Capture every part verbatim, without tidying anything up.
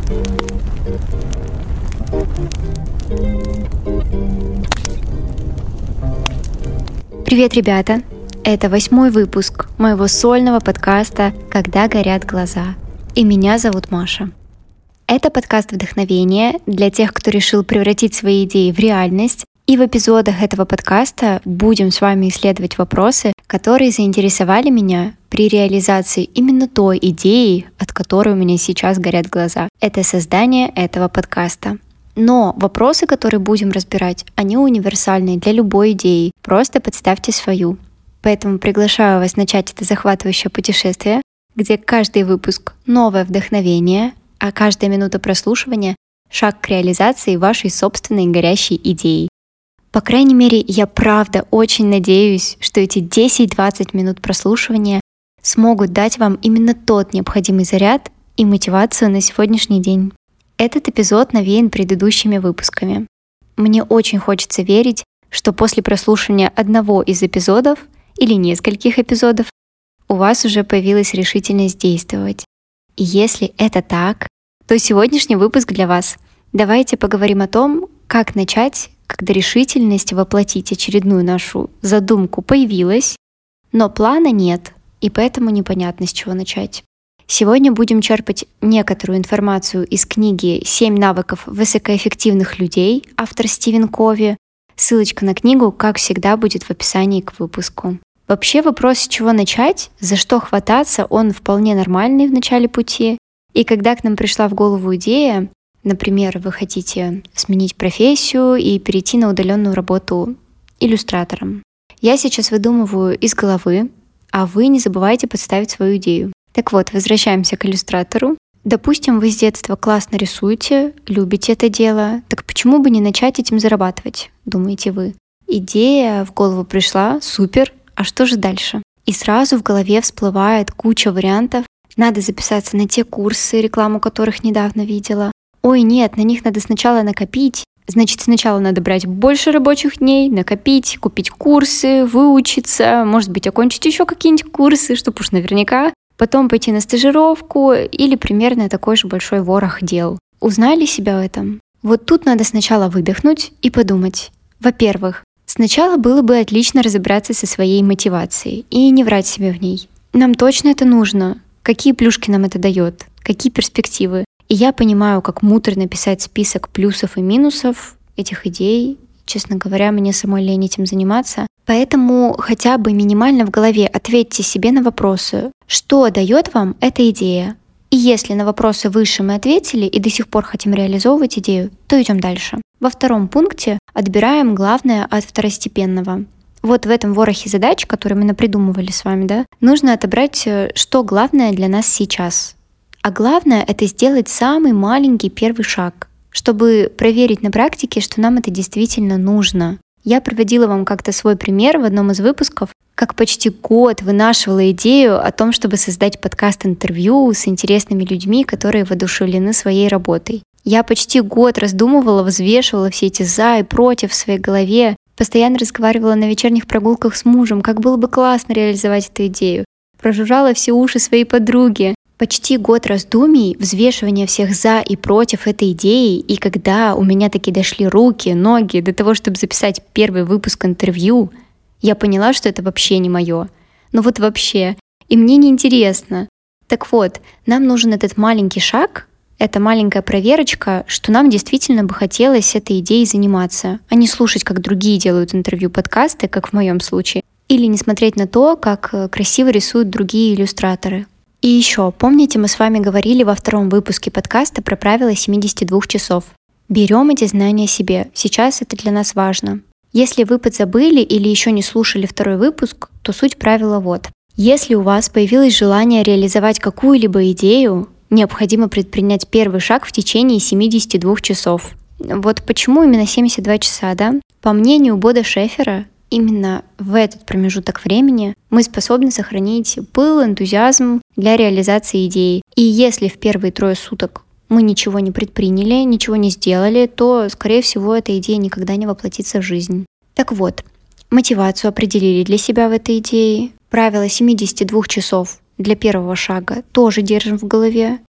Привет, ребята! Это восьмой выпуск моего сольного подкаста «Когда горят глаза». И меня зовут Маша. Это подкаст вдохновения для тех, кто решил превратить свои идеи в реальность. И в эпизодах этого подкаста будем с вами исследовать вопросы, которые заинтересовали меня при реализации именно той идеи, от которой у меня сейчас горят глаза. Это создание этого подкаста. Но вопросы, которые будем разбирать, они универсальные для любой идеи. Просто представьте свою. Поэтому приглашаю вас начать это захватывающее путешествие, где каждый выпуск — новое вдохновение, а каждая минута прослушивания — шаг к реализации вашей собственной горящей идеи. По крайней мере, я правда очень надеюсь, что эти десять-двадцать минут прослушивания смогут дать вам именно тот необходимый заряд и мотивацию на сегодняшний день. Этот эпизод навеян предыдущими выпусками. Мне очень хочется верить, что после прослушивания одного из эпизодов или нескольких эпизодов у вас уже появилась решительность действовать. И если это так, то сегодняшний выпуск для вас. Давайте поговорим о том, как начать, когда решительность воплотить очередную нашу задумку появилась, но плана нет, и поэтому непонятно, с чего начать. Сегодня будем черпать некоторую информацию из книги «Семь навыков высокоэффективных людей», автор Стивен Кови. Ссылочка на книгу, как всегда, будет в описании к выпуску. Вообще вопрос, с чего начать, за что хвататься, он вполне нормальный в начале пути. И когда к нам пришла в голову идея, например, вы хотите сменить профессию и перейти на удаленную работу иллюстратором, я сейчас выдумываю из головы, а вы не забывайте подставить свою идею. Так вот, возвращаемся к иллюстратору. Допустим, вы с детства классно рисуете, любите это дело, так почему бы не начать этим зарабатывать, думаете вы? Идея в голову пришла, супер, а что же дальше? И сразу в голове всплывает куча вариантов. Надо записаться на те курсы, рекламу которых недавно видела. Ой, нет, на них надо сначала накопить. Значит, сначала надо брать больше рабочих дней, накопить, купить курсы, выучиться, может быть, окончить еще какие-нибудь курсы, чтобы уж наверняка. Потом пойти на стажировку или примерно такой же большой ворох дел. Узнали себя в этом? Вот тут надо сначала выдохнуть и подумать. Во-первых, сначала было бы отлично разобраться со своей мотивацией и не врать себе в ней. Нам точно это нужно. Какие плюшки нам это дает? Какие перспективы? И я понимаю, как муторно писать список плюсов и минусов этих идей. Честно говоря, мне самой лень этим заниматься. Поэтому хотя бы минимально в голове ответьте себе на вопросы, что дает вам эта идея. И если на вопросы выше мы ответили и до сих пор хотим реализовывать идею, то идем дальше. Во втором пункте отбираем главное от второстепенного. Вот в этом ворохе задач, которые мы напридумывали с вами, да, нужно отобрать, что главное для нас сейчас. А главное — это сделать самый маленький первый шаг, чтобы проверить на практике, что нам это действительно нужно. Я приводила вам как-то свой пример в одном из выпусков, как почти год вынашивала идею о том, чтобы создать подкаст-интервью с интересными людьми, которые воодушевлены своей работой. Я почти год раздумывала, взвешивала все эти «за» и «против» в своей голове, постоянно разговаривала на вечерних прогулках с мужем, как было бы классно реализовать эту идею. Прожужжала все уши своей подруги. Почти год раздумий, взвешивания всех «за» и «против» этой идеи, и когда у меня таки дошли руки, ноги до того, чтобы записать первый выпуск интервью, я поняла, что это вообще не мое. Ну вот вообще. И мне неинтересно. Так вот, нам нужен этот маленький шаг, эта маленькая проверочка, что нам действительно бы хотелось этой идеей заниматься, а не слушать, как другие делают интервью-подкасты, как в моем случае, или не смотреть на то, как красиво рисуют другие иллюстраторы. И еще, помните, мы с вами говорили во втором выпуске подкаста про правила семидесяти двух часов. Берем эти знания себе, сейчас это для нас важно. Если вы подзабыли или еще не слушали второй выпуск, то суть правила вот. Если у вас появилось желание реализовать какую-либо идею, необходимо предпринять первый шаг в течение семидесяти двух часов. Вот почему именно семьдесят два часа, да? По мнению Бода Шефера, именно в этот промежуток времени мы способны сохранить пыл, энтузиазм для реализации идеи. И если в первые трое суток мы ничего не предприняли, ничего не сделали, то, скорее всего, эта идея никогда не воплотится в жизнь. Так вот, мотивацию определили для себя в этой идее. Правило семидесяти двух часов для первого шага тоже держим в голове.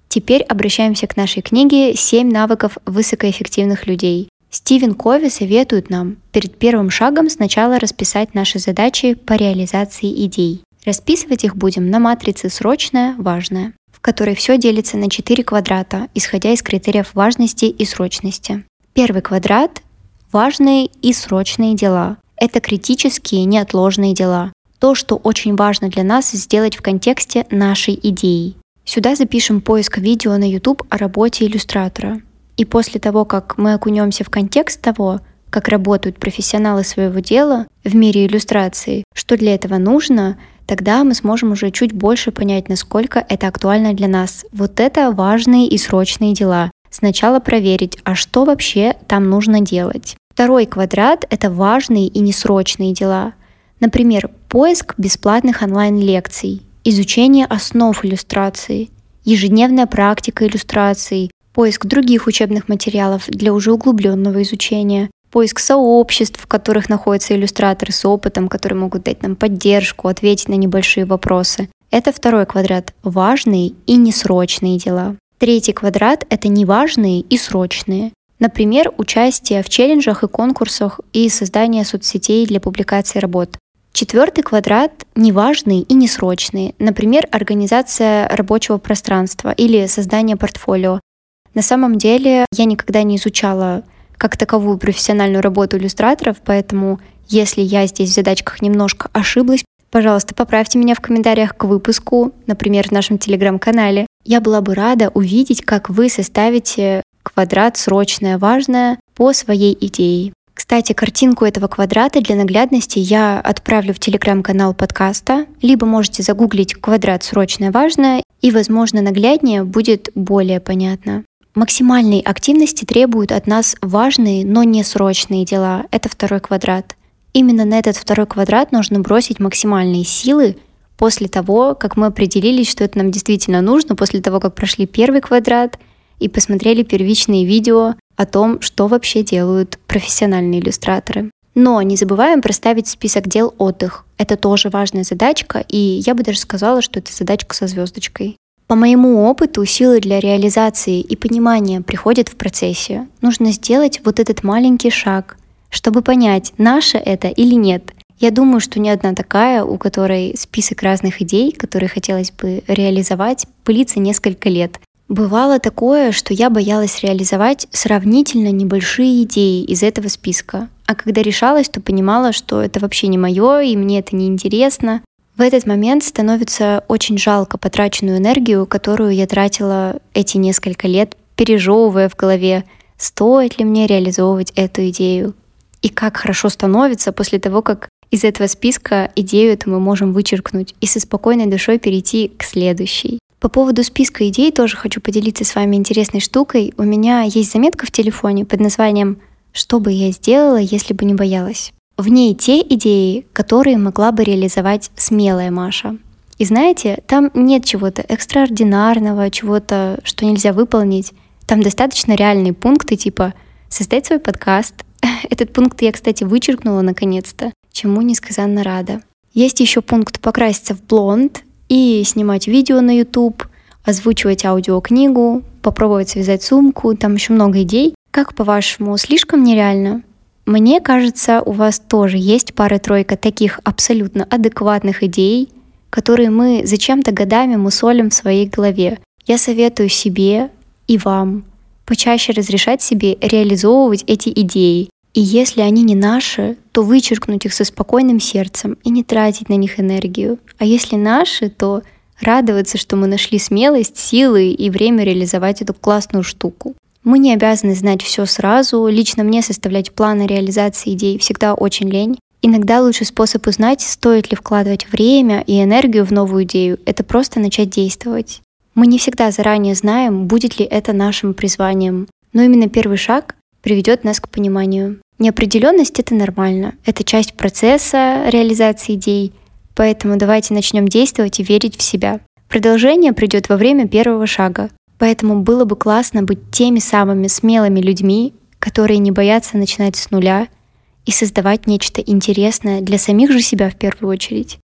Теперь обращаемся к нашей книге «Семь навыков высокоэффективных людей». Стивен Кови советует нам перед первым шагом сначала расписать наши задачи по реализации идей. Расписывать их будем на матрице «Срочное, важное», в которой все делится на четыре квадрата, исходя из критериев важности и срочности. Первый квадрат – важные и срочные дела. Это критические, неотложные дела. То, что очень важно для нас сделать в контексте нашей идеи. Сюда запишем поиск видео на YouTube о работе иллюстратора. И после того, как мы окунемся в контекст того, как работают профессионалы своего дела в мире иллюстрации, что для этого нужно, тогда мы сможем уже чуть больше понять, насколько это актуально для нас. Вот это важные и срочные дела. Сначала проверить, а что вообще там нужно делать. Второй квадрат — это важные и несрочные дела. Например, поиск бесплатных онлайн-лекций, изучение основ иллюстрации, ежедневная практика иллюстраций, поиск других учебных материалов для уже углубленного изучения, поиск сообществ, в которых находятся иллюстраторы с опытом, которые могут дать нам поддержку, ответить на небольшие вопросы. Это второй квадрат – важные и несрочные дела. Третий квадрат – это неважные и срочные. Например, участие в челленджах и конкурсах и создание соцсетей для публикации работ. Четвертый квадрат – неважные и несрочные. Например, организация рабочего пространства или создание портфолио. На самом деле я никогда не изучала как таковую профессиональную работу иллюстраторов, поэтому если я здесь в задачках немножко ошиблась, пожалуйста, поправьте меня в комментариях к выпуску, например, в нашем телеграм-канале. Я была бы рада увидеть, как вы составите квадрат «Срочное, важное» по своей идее. Кстати, картинку этого квадрата для наглядности я отправлю в телеграм-канал подкаста, либо можете загуглить квадрат «Срочное, важное», и, возможно, нагляднее будет более понятно. Максимальной активности требуют от нас важные, но не срочные дела. Это второй квадрат. Именно на этот второй квадрат нужно бросить максимальные силы после того, как мы определились, что это нам действительно нужно, после того, как прошли первый квадрат и посмотрели первичные видео о том, что вообще делают профессиональные иллюстраторы. Но не забываем проставить список дел отдых. Это тоже важная задачка, и я бы даже сказала, что это задачка со звездочкой. По моему опыту, силы для реализации и понимания приходят в процессе. Нужно сделать вот этот маленький шаг, чтобы понять, наше это или нет. Я думаю, что не одна такая, у которой список разных идей, которые хотелось бы реализовать, пылится несколько лет. Бывало такое, что я боялась реализовать сравнительно небольшие идеи из этого списка. А когда решалась, то понимала, что это вообще не мое, и мне это не интересно. В этот момент становится очень жалко потраченную энергию, которую я тратила эти несколько лет, пережевывая в голове, стоит ли мне реализовывать эту идею. И как хорошо становится после того, как из этого списка идею эту мы можем вычеркнуть и со спокойной душой перейти к следующей. По поводу списка идей тоже хочу поделиться с вами интересной штукой. У меня есть заметка в телефоне под названием «Что бы я сделала, если бы не боялась?». В ней те идеи, которые могла бы реализовать смелая Маша. И знаете, там нет чего-то экстраординарного, чего-то, что нельзя выполнить. Там достаточно реальные пункты, типа создать свой подкаст. Этот пункт я, кстати, вычеркнула наконец-то, чему несказанно рада. Есть еще пункт покраситься в блонд и снимать видео на YouTube, озвучивать аудиокнигу, попробовать связать сумку, там еще много идей. Как, по-вашему, слишком нереально? Мне кажется, у вас тоже есть пара-тройка таких абсолютно адекватных идей, которые мы зачем-то годами мусолим в своей голове. Я советую себе и вам почаще разрешать себе реализовывать эти идеи. И если они не наши, то вычеркнуть их со спокойным сердцем и не тратить на них энергию. А если наши, то радоваться, что мы нашли смелость, силы и время реализовать эту классную штуку. Мы не обязаны знать все сразу. Лично мне составлять планы реализации идей всегда очень лень. Иногда лучший способ узнать, стоит ли вкладывать время и энергию в новую идею, это просто начать действовать. Мы не всегда заранее знаем, будет ли это нашим призванием, но именно первый шаг приведет нас к пониманию. Неопределенность — это нормально, это часть процесса реализации идей, поэтому давайте начнем действовать и верить в себя. Продолжение придет во время первого шага. Поэтому было бы классно быть теми самыми смелыми людьми, которые не боятся начинать с нуля и создавать нечто интересное для самих же себя в первую очередь.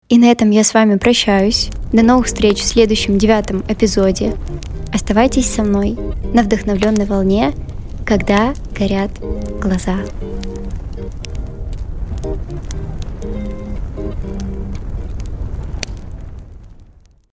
И на этом я с вами прощаюсь. До новых встреч в следующем девятом эпизоде. Оставайтесь со мной на вдохновленной волне, когда горят глаза.